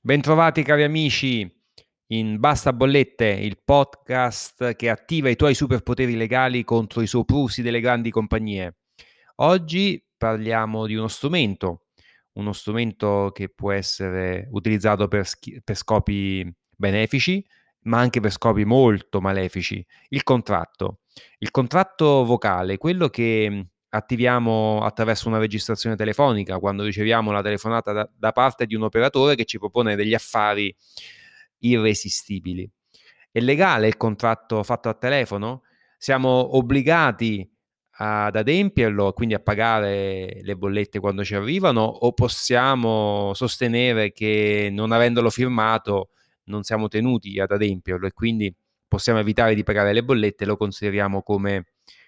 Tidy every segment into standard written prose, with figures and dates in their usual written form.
Bentrovati cari amici in Basta Bollette, il podcast che attiva i tuoi superpoteri legali contro i soprusi delle grandi compagnie. Oggi parliamo di uno strumento che può essere utilizzato per scopi benefici, ma anche per scopi molto malefici, il contratto. Il contratto vocale, quello che attiviamo attraverso una registrazione telefonica quando riceviamo la telefonata da parte di un operatore che ci propone degli affari irresistibili. È legale il contratto fatto a telefono? Siamo obbligati ad adempierlo, quindi a pagare le bollette quando ci arrivano, o possiamo sostenere che non avendolo firmato non siamo tenuti ad adempierlo e quindi possiamo evitare di pagare le bollette e lo consideriamo come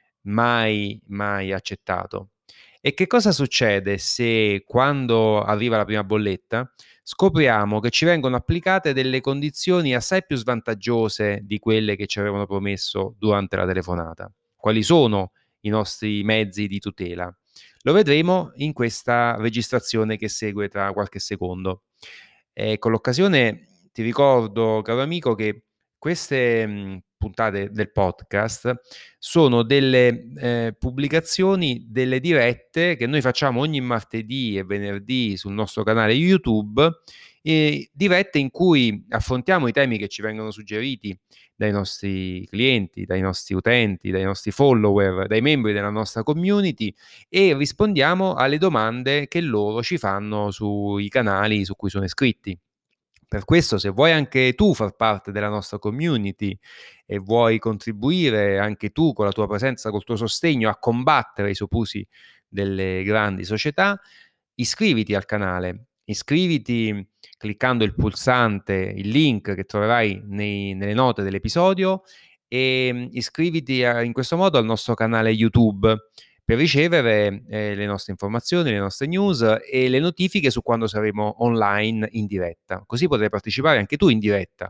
mai accettato? E che cosa succede se quando arriva la prima bolletta scopriamo che ci vengono applicate delle condizioni assai più svantaggiose di quelle che ci avevano promesso durante la telefonata? Quali sono i nostri mezzi di tutela? Lo vedremo in questa registrazione che segue tra qualche secondo. Con l'occasione ti ricordo, caro amico, che queste puntate del podcast sono delle pubblicazioni delle dirette che noi facciamo ogni martedì e venerdì sul nostro canale YouTube, dirette in cui affrontiamo i temi che ci vengono suggeriti dai nostri clienti, dai nostri utenti, dai nostri follower, dai membri della nostra community e rispondiamo alle domande che loro ci fanno sui canali su cui sono iscritti. Per questo, se vuoi anche tu far parte della nostra community e vuoi contribuire anche tu con la tua presenza, col tuo sostegno a combattere i soprusi delle grandi società, iscriviti al canale, iscriviti cliccando il pulsante, il link che troverai nelle note dell'episodio e iscriviti in questo modo al nostro canale YouTube per ricevere le nostre informazioni, le nostre news e le notifiche su quando saremo online in diretta. Così potrai partecipare anche tu in diretta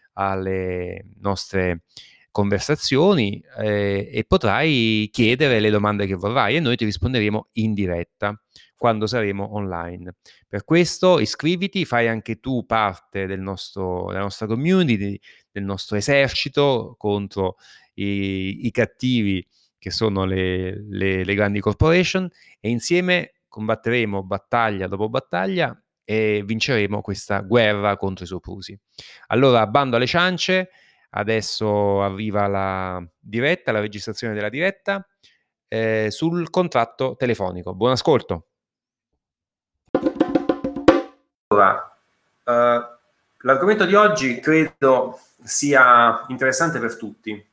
alle nostre conversazioni e potrai chiedere le domande che vorrai e noi ti risponderemo in diretta quando saremo online. Per questo iscriviti, fai anche tu parte della nostra community, del nostro esercito contro i cattivi che sono le grandi corporation e insieme combatteremo battaglia dopo battaglia e vinceremo questa guerra contro i soprusi. Allora, bando alle ciance, adesso arriva la diretta, la registrazione della diretta sul contratto telefonico. Buon ascolto. Allora, l'argomento di oggi credo sia interessante per tutti.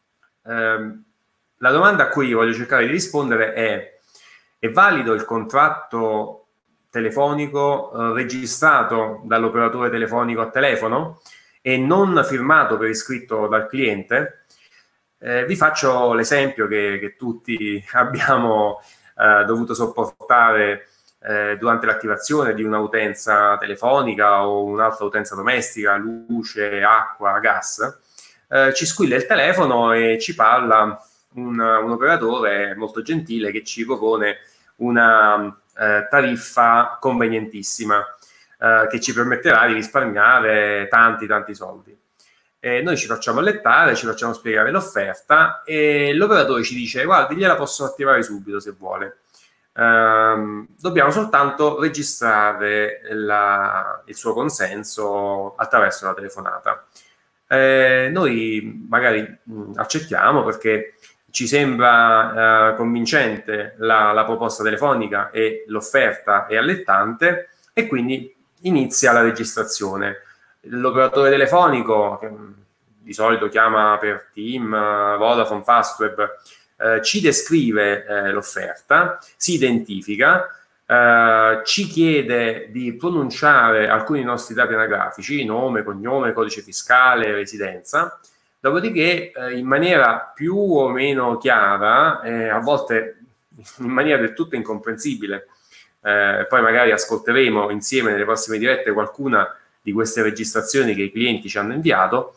La domanda a cui voglio cercare di rispondere è valido il contratto telefonico registrato dall'operatore telefonico a telefono e non firmato per iscritto dal cliente? Vi faccio l'esempio che tutti abbiamo dovuto sopportare durante l'attivazione di un'utenza telefonica o un'altra utenza domestica, luce, acqua, gas. Ci squilla il telefono e ci parla un operatore molto gentile che ci propone una tariffa convenientissima che ci permetterà di risparmiare tanti soldi. Noi ci facciamo allettare, ci facciamo spiegare l'offerta e l'operatore ci dice: guardi, gliela posso attivare subito se vuole. Dobbiamo soltanto registrare il suo consenso attraverso la telefonata. Noi magari accettiamo perché ci sembra convincente la proposta telefonica e l'offerta è allettante e quindi inizia la registrazione. L'operatore telefonico, che di solito chiama per TIM, Vodafone, Fastweb, ci descrive l'offerta, si identifica, ci chiede di pronunciare alcuni nostri dati anagrafici, nome, cognome, codice fiscale, residenza, dopodiché in maniera più o meno chiara, a volte in maniera del tutto incomprensibile, poi magari ascolteremo insieme nelle prossime dirette qualcuna di queste registrazioni che i clienti ci hanno inviato,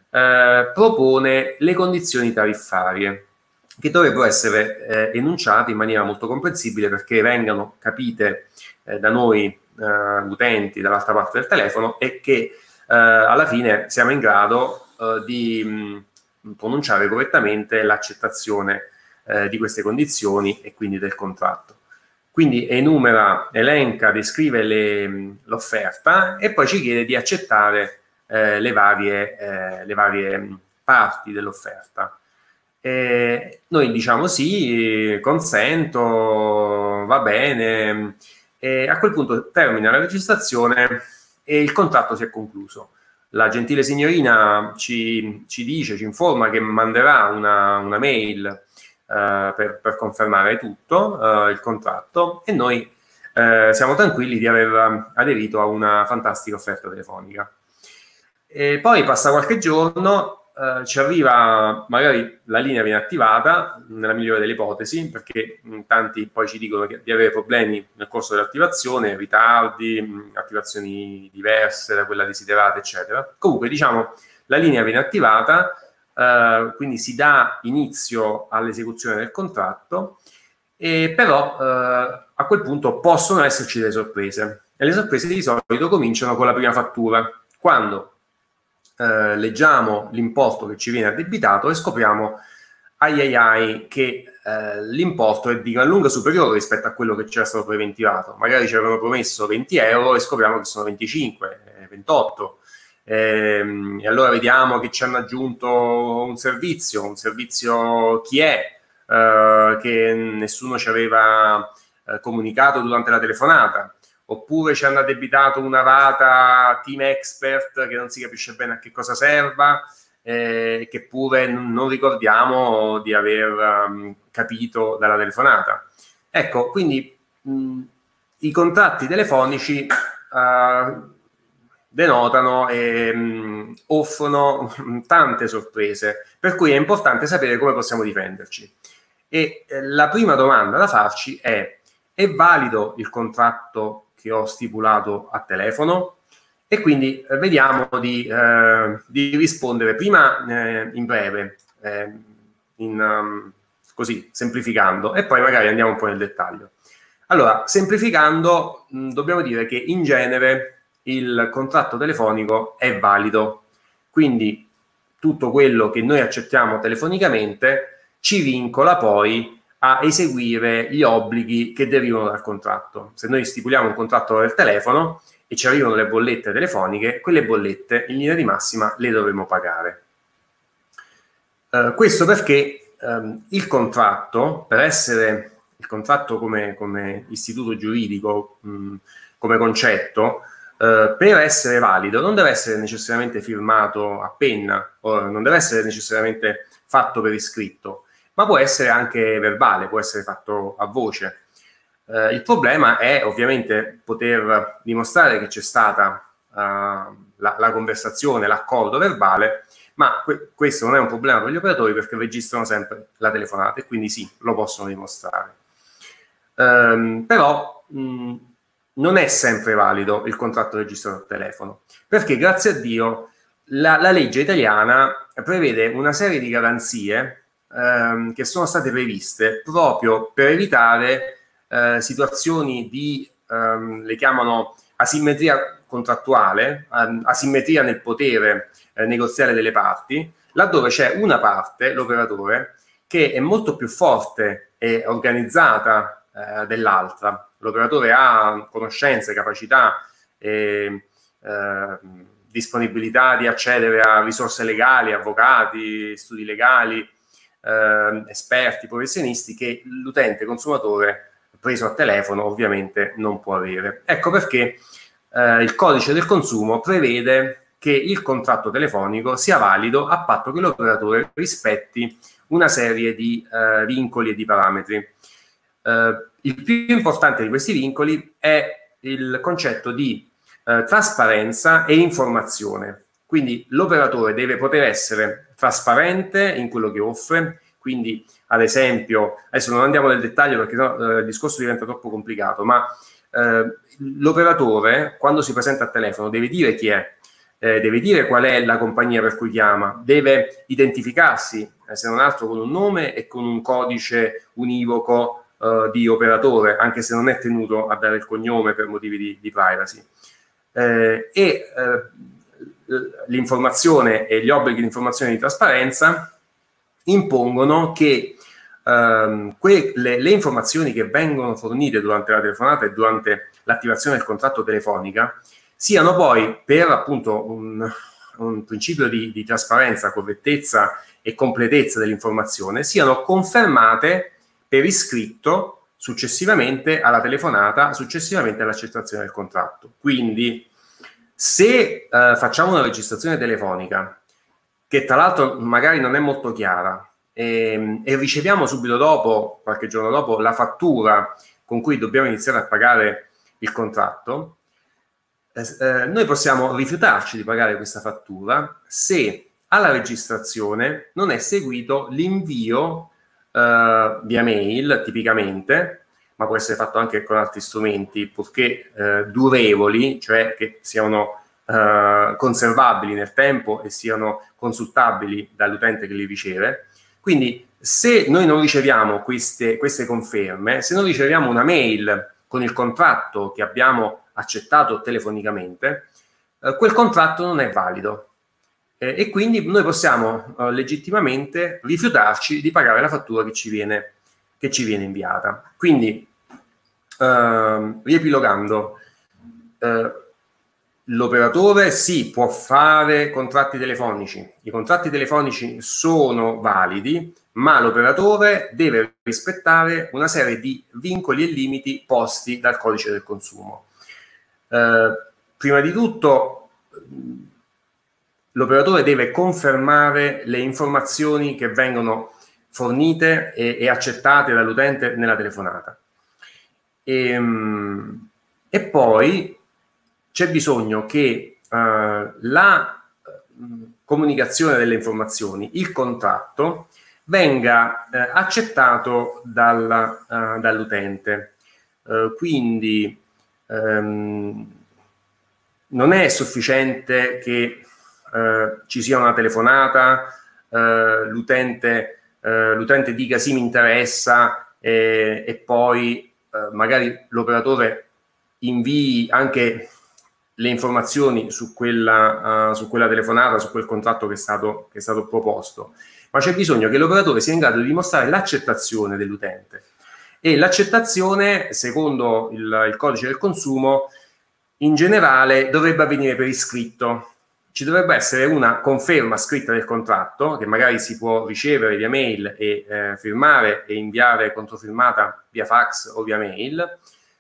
propone le condizioni tariffarie che dovrebbero essere enunciate in maniera molto comprensibile perché vengano capite da noi utenti dall'altra parte del telefono e che alla fine siamo in grado di pronunciare correttamente l'accettazione di queste condizioni e quindi del contratto. Quindi enumera, elenca, descrive l'offerta e poi ci chiede di accettare le varie parti dell'offerta. Noi diciamo sì, consento, va bene, e a quel punto termina la registrazione e il contratto si è concluso. La gentile signorina ci informa che manderà una mail per confermare tutto, il contratto, e noi siamo tranquilli di aver aderito a una fantastica offerta telefonica. E poi passa qualche giorno, ci arriva, magari la linea viene attivata, nella migliore delle ipotesi, perché tanti poi ci dicono di avere problemi nel corso dell'attivazione, ritardi, attivazioni diverse da quella desiderata, eccetera. Comunque, diciamo, la linea viene attivata, quindi si dà inizio all'esecuzione del contratto, e però a quel punto possono esserci delle sorprese, e le sorprese di solito cominciano con la prima fattura, quando leggiamo l'importo che ci viene addebitato e scopriamo che l'importo è di gran lunga superiore rispetto a quello che c'era stato preventivato. Magari ci avevano promesso 20 euro e scopriamo che sono 25, 28. E allora vediamo che ci hanno aggiunto un servizio chi è, che nessuno ci aveva comunicato durante la telefonata. Oppure ci hanno addebitato una rata Team Expert che non si capisce bene a che cosa serva, che pure non ricordiamo di aver capito dalla telefonata. Ecco, quindi i contratti telefonici denotano e offrono tante sorprese, per cui è importante sapere come possiamo difenderci. E la prima domanda da farci è valido il contratto che ho stipulato a telefono? E quindi vediamo di rispondere prima in breve, così semplificando, e poi magari andiamo un po' nel dettaglio. Allora, semplificando, dobbiamo dire che in genere il contratto telefonico è valido, quindi tutto quello che noi accettiamo telefonicamente ci vincola poi a eseguire gli obblighi che derivano dal contratto. Se noi stipuliamo un contratto del telefono e ci arrivano le bollette telefoniche, quelle bollette in linea di massima le dovremo pagare. Questo perché il contratto, per essere il contratto come istituto giuridico, come concetto, per essere valido non deve essere necessariamente firmato a penna, o non deve essere necessariamente fatto per iscritto, ma può essere anche verbale, può essere fatto a voce. Il problema è ovviamente poter dimostrare che c'è stata la conversazione, l'accordo verbale, ma questo non è un problema per gli operatori perché registrano sempre la telefonata e quindi sì, lo possono dimostrare. Però non è sempre valido il contratto registrato al telefono, perché grazie a Dio la legge italiana prevede una serie di garanzie che sono state previste proprio per evitare situazioni di, le chiamano asimmetria contrattuale, asimmetria nel potere negoziale delle parti, laddove c'è una parte, l'operatore, che è molto più forte e organizzata dell'altra. L'operatore ha conoscenze, capacità e disponibilità di accedere a risorse legali, avvocati, studi legali, esperti, professionisti che l'utente consumatore preso a telefono ovviamente non può avere. Ecco perché il codice del consumo prevede che il contratto telefonico sia valido a patto che l'operatore rispetti una serie di vincoli e di parametri. Il più importante di questi vincoli è il concetto di trasparenza e informazione. Quindi l'operatore deve poter essere trasparente in quello che offre, quindi ad esempio, adesso non andiamo nel dettaglio perché no, il discorso diventa troppo complicato, ma l'operatore quando si presenta al telefono deve dire chi è, deve dire qual è la compagnia per cui chiama, deve identificarsi se non altro con un nome e con un codice univoco di operatore, anche se non è tenuto a dare il cognome per motivi di privacy. L'informazione e gli obblighi di informazione e di trasparenza impongono che le informazioni che vengono fornite durante la telefonata e durante l'attivazione del contratto telefonica siano poi, per appunto un principio di trasparenza, correttezza e completezza dell'informazione, siano confermate per iscritto successivamente alla telefonata, successivamente all'accettazione del contratto. Quindi, se facciamo una registrazione telefonica, che tra l'altro magari non è molto chiara, e riceviamo subito dopo, qualche giorno dopo, la fattura con cui dobbiamo iniziare a pagare il contratto, noi possiamo rifiutarci di pagare questa fattura se alla registrazione non è seguito l'invio via mail, tipicamente, ma può essere fatto anche con altri strumenti, purché durevoli, cioè che siano conservabili nel tempo e siano consultabili dall'utente che li riceve. Quindi, se noi non riceviamo queste conferme, se non riceviamo una mail con il contratto che abbiamo accettato telefonicamente, quel contratto non è valido. E quindi noi possiamo legittimamente rifiutarci di pagare la fattura che ci viene inviata. Quindi, riepilogando, l'operatore sì, può fare contratti telefonici, i contratti telefonici sono validi, ma l'operatore deve rispettare una serie di vincoli e limiti posti dal codice del consumo. Prima di tutto, l'operatore deve confermare le informazioni che vengono fornite e accettate dall'utente nella telefonata. E poi c'è bisogno che la comunicazione delle informazioni, il contratto, venga accettato dall'utente. Quindi non è sufficiente che ci sia una telefonata, l'utente dica sì, mi interessa, e poi magari l'operatore invii anche le informazioni su quella telefonata, su quel contratto che è stato proposto, ma c'è bisogno che l'operatore sia in grado di dimostrare l'accettazione dell'utente, e l'accettazione, secondo il codice del consumo, in generale dovrebbe avvenire per iscritto. Ci dovrebbe essere una conferma scritta del contratto, che magari si può ricevere via mail e firmare e inviare controfirmata via fax o via mail,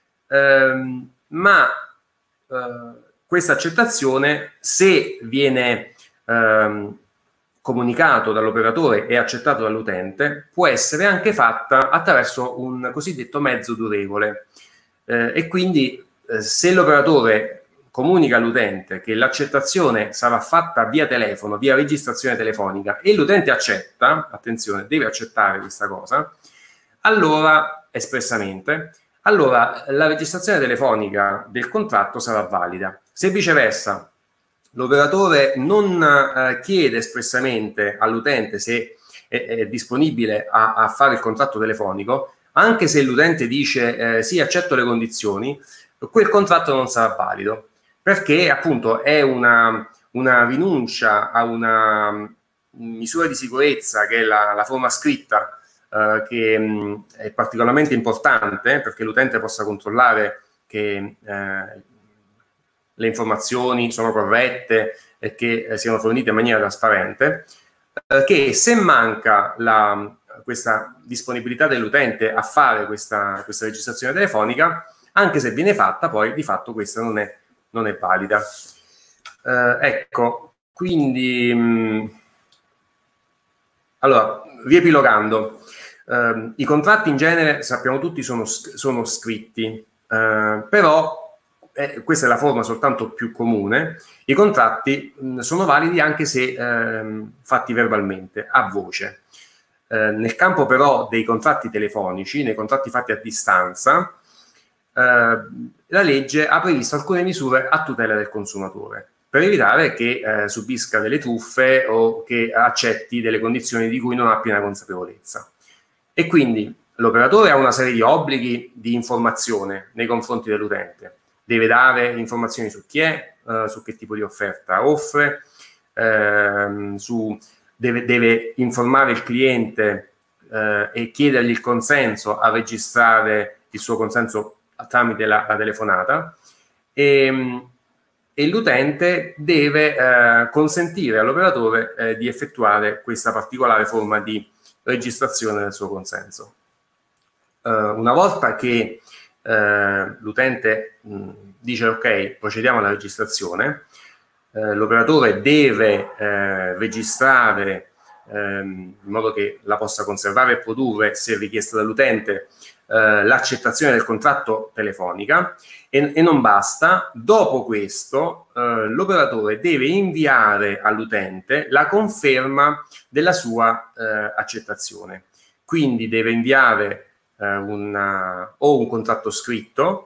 ma questa accettazione, se viene comunicato dall'operatore e accettato dall'utente, può essere anche fatta attraverso un cosiddetto mezzo durevole. E quindi se l'operatore comunica all'utente che l'accettazione sarà fatta via telefono, via registrazione telefonica, e l'utente accetta, attenzione, deve accettare questa cosa, allora, espressamente, allora la registrazione telefonica del contratto sarà valida. Se viceversa l'operatore non chiede espressamente all'utente se è disponibile a fare il contratto telefonico, anche se l'utente dice sì, accetto le condizioni, quel contratto non sarà valido, perché appunto è una rinuncia a una misura di sicurezza che è la forma scritta, che è particolarmente importante perché l'utente possa controllare che le informazioni sono corrette e che siano fornite in maniera trasparente, che se manca questa disponibilità dell'utente a fare questa registrazione telefonica, anche se viene fatta, poi di fatto questa non è valida. Ecco, quindi allora, riepilogando, i contratti in genere, sappiamo tutti, sono scritti, però questa è la forma soltanto più comune. I contratti sono validi anche se fatti verbalmente, a voce. Nel campo però dei contratti telefonici, nei contratti fatti a distanza, la legge ha previsto alcune misure a tutela del consumatore, per evitare che subisca delle truffe o che accetti delle condizioni di cui non ha piena consapevolezza. E quindi l'operatore ha una serie di obblighi di informazione nei confronti dell'utente. Deve dare informazioni su chi è, su che tipo di offerta offre, deve informare il cliente e chiedergli il consenso a registrare il suo consenso tramite la telefonata, e l'utente deve consentire all'operatore di effettuare questa particolare forma di registrazione del suo consenso. Una volta che l'utente dice ok, procediamo alla registrazione, l'operatore deve registrare in modo che la possa conservare e produrre, se richiesta dall'utente, l'accettazione del contratto telefonica, e non basta. Dopo questo l'operatore deve inviare all'utente la conferma della sua accettazione, quindi deve inviare o un contratto scritto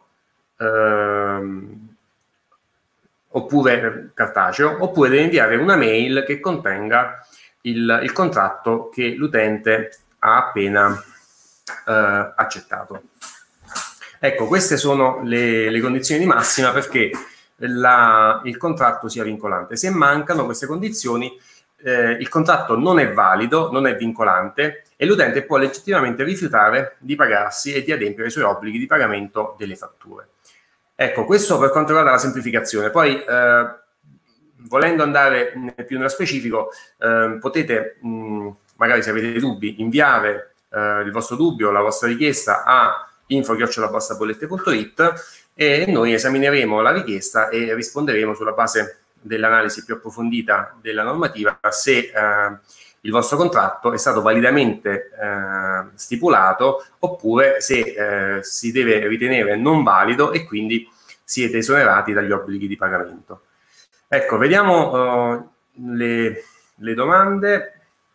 oppure cartaceo, oppure deve inviare una mail che contenga il contratto che l'utente ha appena accettato. Ecco, queste sono le condizioni di massima perché il contratto sia vincolante. Se mancano queste condizioni, il contratto non è valido, non è vincolante, e l'utente può legittimamente rifiutare di pagarsi e di adempiere ai suoi obblighi di pagamento delle fatture. Ecco, questo per quanto riguarda la semplificazione. Poi, volendo andare più nello specifico, potete, magari se avete dubbi, inviare il vostro dubbio, la vostra richiesta a info@bassabollette.it, e noi esamineremo la richiesta e risponderemo sulla base dell'analisi più approfondita della normativa se il vostro contratto è stato validamente stipulato, oppure se si deve ritenere non valido e quindi siete esonerati dagli obblighi di pagamento. Ecco, vediamo le domande.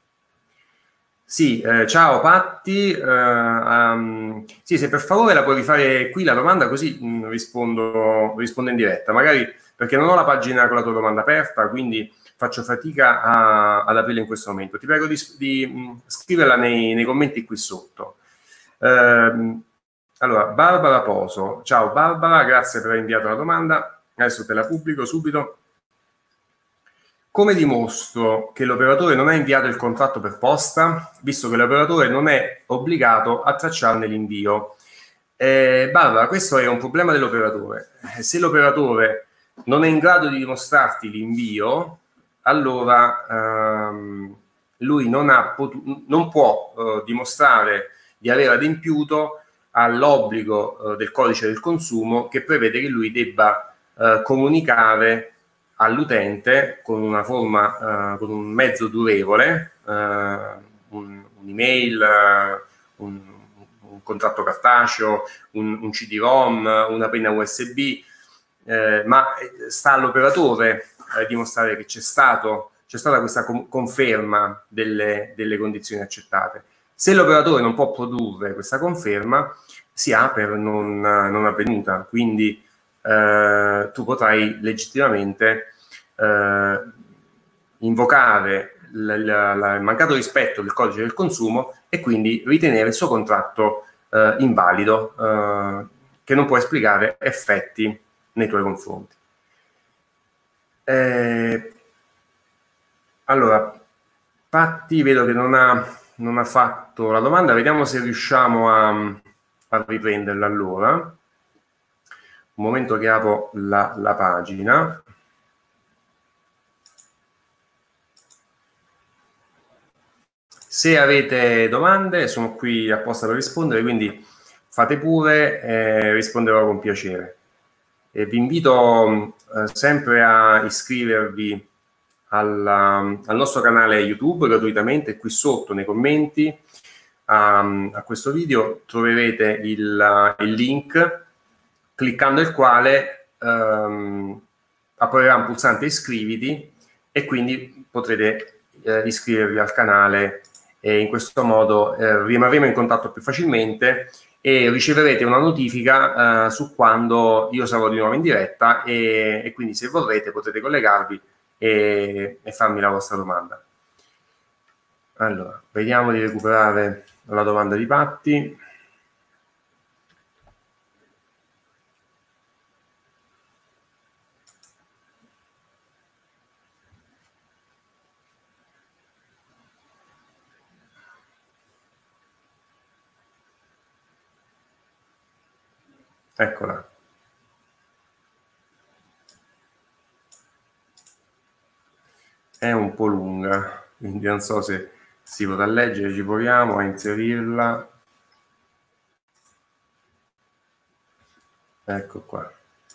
Sì, ciao Patti, sì, se per favore la puoi rifare qui la domanda, così rispondo in diretta, magari perché non ho la pagina con la tua domanda aperta, quindi faccio fatica ad aprirla in questo momento. Ti prego di scriverla nei commenti qui sotto. Allora, Barbara Poso. Ciao Barbara, grazie per aver inviato la domanda. Adesso te la pubblico subito. Come dimostro che l'operatore non ha inviato il contratto per posta, visto che l'operatore non è obbligato a tracciarne l'invio? Barbara, questo è un problema dell'operatore. Se l'operatore non è in grado di dimostrarti l'invio, allora lui non può dimostrare di aver adempiuto all'obbligo del codice del consumo, che prevede che lui debba comunicare all'utente con una forma, con un mezzo durevole, un'email, un contratto cartaceo, un CD-ROM, una penna USB, ma sta all'operatore dimostrare che c'è stata questa conferma delle condizioni accettate. Se l'operatore non può produrre questa conferma, si ha per non avvenuta, quindi tu potrai legittimamente invocare il mancato rispetto del codice del consumo e quindi ritenere il suo contratto invalido, che non può esplicare effetti nei tuoi confronti. Allora, Patti vedo che non ha fatto la domanda, vediamo se riusciamo a riprenderla allora. Un momento che apro la pagina. Se avete domande sono qui apposta per rispondere, quindi fate pure, risponderò con piacere. E vi invito sempre a iscrivervi al nostro canale YouTube gratuitamente. Qui sotto nei commenti a questo video troverete il link, cliccando il quale apparirà un pulsante iscriviti, e quindi potrete iscrivervi al canale, e in questo modo rimarremo in contatto più facilmente e riceverete una notifica su quando io sarò di nuovo in diretta, e quindi se vorrete potete collegarvi e farmi la vostra domanda. Allora, vediamo di recuperare la domanda di Patti. Eccola. È un po' lunga, quindi non so se si potrà leggere, ci proviamo a inserirla. Ecco qua.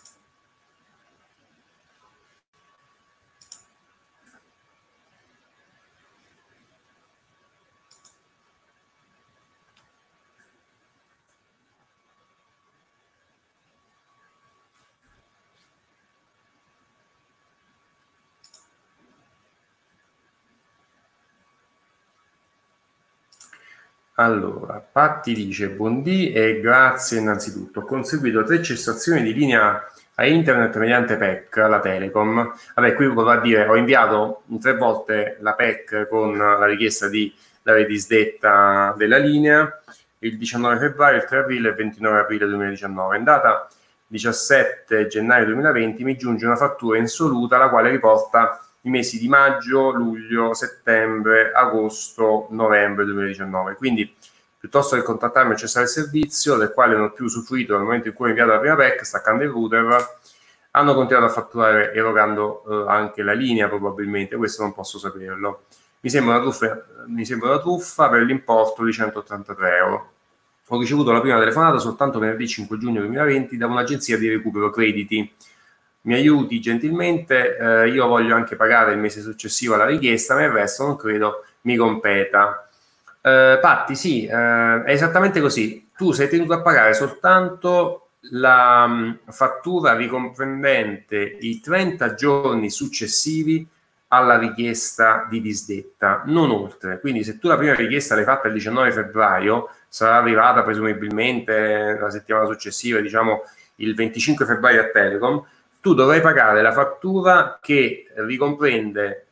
Allora, Patti dice buondì e grazie innanzitutto. Ho conseguito 3 cessazioni di linea a internet mediante PEC, la Telecom. Vabbè, qui vorrà dire, ho inviato 3 volte la PEC con la richiesta di dare disdetta della linea, il 19 febbraio, il 3 aprile e il 29 aprile 2019. In data 17 gennaio 2020 mi giunge una fattura insoluta, la quale riporta i mesi di maggio, luglio, settembre, agosto, novembre 2019. Quindi, piuttosto che contattarmi e cessare il servizio, del quale non ho più usufruito nel momento in cui ho inviato la prima PEC, staccando il router, hanno continuato a fatturare erogando anche la linea probabilmente, questo non posso saperlo. Mi sembra una truffa per l'importo di 183 euro. Ho ricevuto la prima telefonata soltanto venerdì 5 giugno 2020 da un'agenzia di recupero crediti. Mi aiuti gentilmente, io voglio anche pagare il mese successivo alla richiesta, ma il resto non credo mi competa. Patti, sì, è esattamente così. Tu sei tenuto a pagare soltanto la fattura ricomprendente i 30 giorni successivi alla richiesta di disdetta, non oltre. Quindi se tu la prima richiesta l'hai fatta il 19 febbraio, sarà arrivata presumibilmente la settimana successiva, diciamo il 25 febbraio a Telecom, tu dovrai pagare la fattura che ricomprende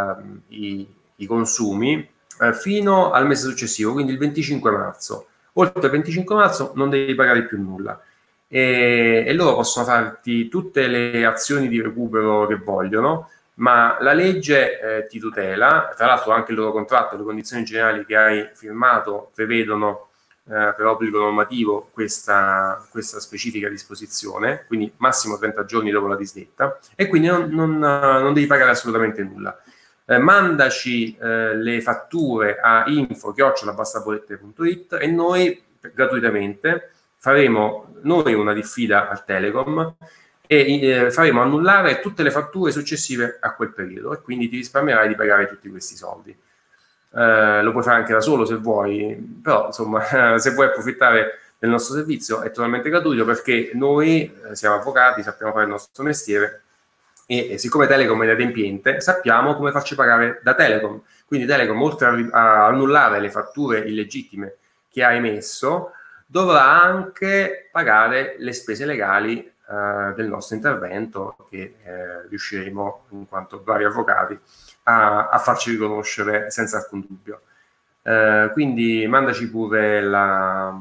i consumi fino al mese successivo, quindi il 25 marzo. Oltre il 25 marzo non devi pagare più nulla. E loro possono farti tutte le azioni di recupero che vogliono, ma la legge ti tutela. Tra l'altro anche il loro contratto, le condizioni generali che hai firmato prevedono per obbligo normativo questa specifica disposizione, quindi massimo 30 giorni dopo la disdetta, e quindi non devi pagare assolutamente nulla. Mandaci le fatture a info@bassabollette.it e noi gratuitamente faremo noi una diffida al Telecom e faremo annullare tutte le fatture successive a quel periodo, e quindi ti risparmierai di pagare tutti questi soldi. Lo puoi fare anche da solo se vuoi, però insomma se vuoi approfittare del nostro servizio è totalmente gratuito, perché noi siamo avvocati, sappiamo fare il nostro mestiere e siccome Telecom è inadempiente sappiamo come farci pagare da Telecom. Quindi Telecom, oltre a annullare le fatture illegittime che ha emesso, dovrà anche pagare le spese legali del nostro intervento, che riusciremo, in quanto bravi avvocati, a farci riconoscere senza alcun dubbio. Quindi mandaci pure alla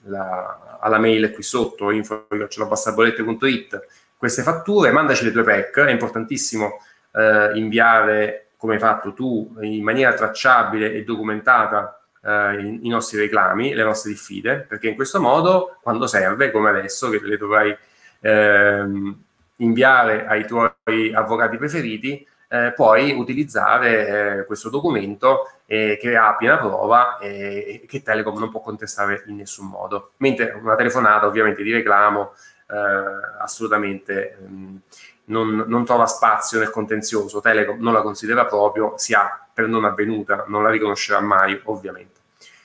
mail qui sotto, info@bassabollette.it, queste fatture, mandaci le tue PEC. È importantissimo inviare, come hai fatto tu, in maniera tracciabile e documentata i nostri reclami, le nostre diffide, perché in questo modo, quando serve, come adesso, che le dovrai inviare ai tuoi avvocati preferiti, puoi utilizzare questo documento che ha piena prova e che Telecom non può contestare in nessun modo. Mentre una telefonata, ovviamente, di reclamo assolutamente non trova spazio nel contenzioso. Telecom non la considera proprio, si ha per non avvenuta, non la riconoscerà mai, ovviamente.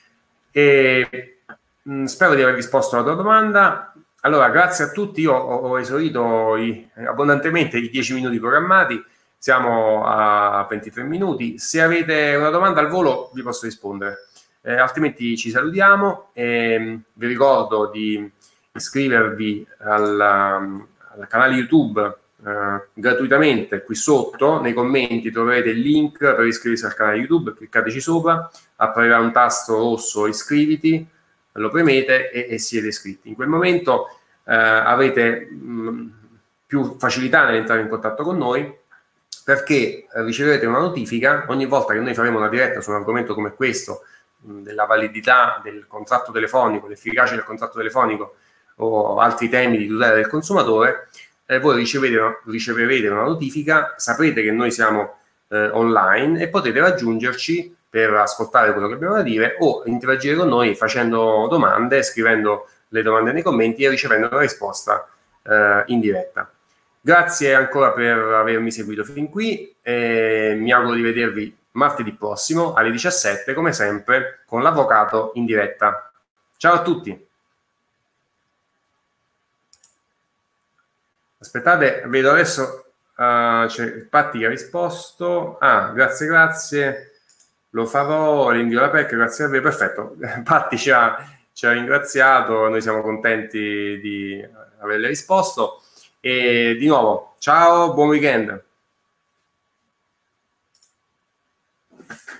Spero di aver risposto alla tua domanda. Allora, grazie a tutti. Io ho esaurito abbondantemente i 10 minuti programmati, siamo a 23 minuti. Se avete una domanda al volo vi posso rispondere, altrimenti ci salutiamo. Vi ricordo di iscrivervi al canale YouTube gratuitamente. Qui sotto nei commenti troverete il link per iscriversi al canale YouTube, cliccateci sopra, apparirà un tasto rosso iscriviti, lo premete e siete iscritti. In quel momento avrete più facilità nell'entrare in contatto con noi, perché riceverete una notifica ogni volta che noi faremo una diretta su un argomento come questo, della validità del contratto telefonico, l'efficacia del contratto telefonico, o altri temi di tutela del consumatore, voi riceverete una notifica, saprete che noi siamo online e potete raggiungerci per ascoltare quello che abbiamo da dire o interagire con noi facendo domande, scrivendo le domande nei commenti e ricevendo una risposta in diretta. Grazie ancora per avermi seguito fin qui e mi auguro di vedervi martedì prossimo alle 17, come sempre, con l'avvocato in diretta. Ciao a tutti! Aspettate, vedo adesso, c'è Patti che ha risposto. Grazie, lo farò, le invio la PEC, grazie a voi, perfetto. Patti ci ha ringraziato, noi siamo contenti di averle risposto. E di nuovo, ciao, buon weekend.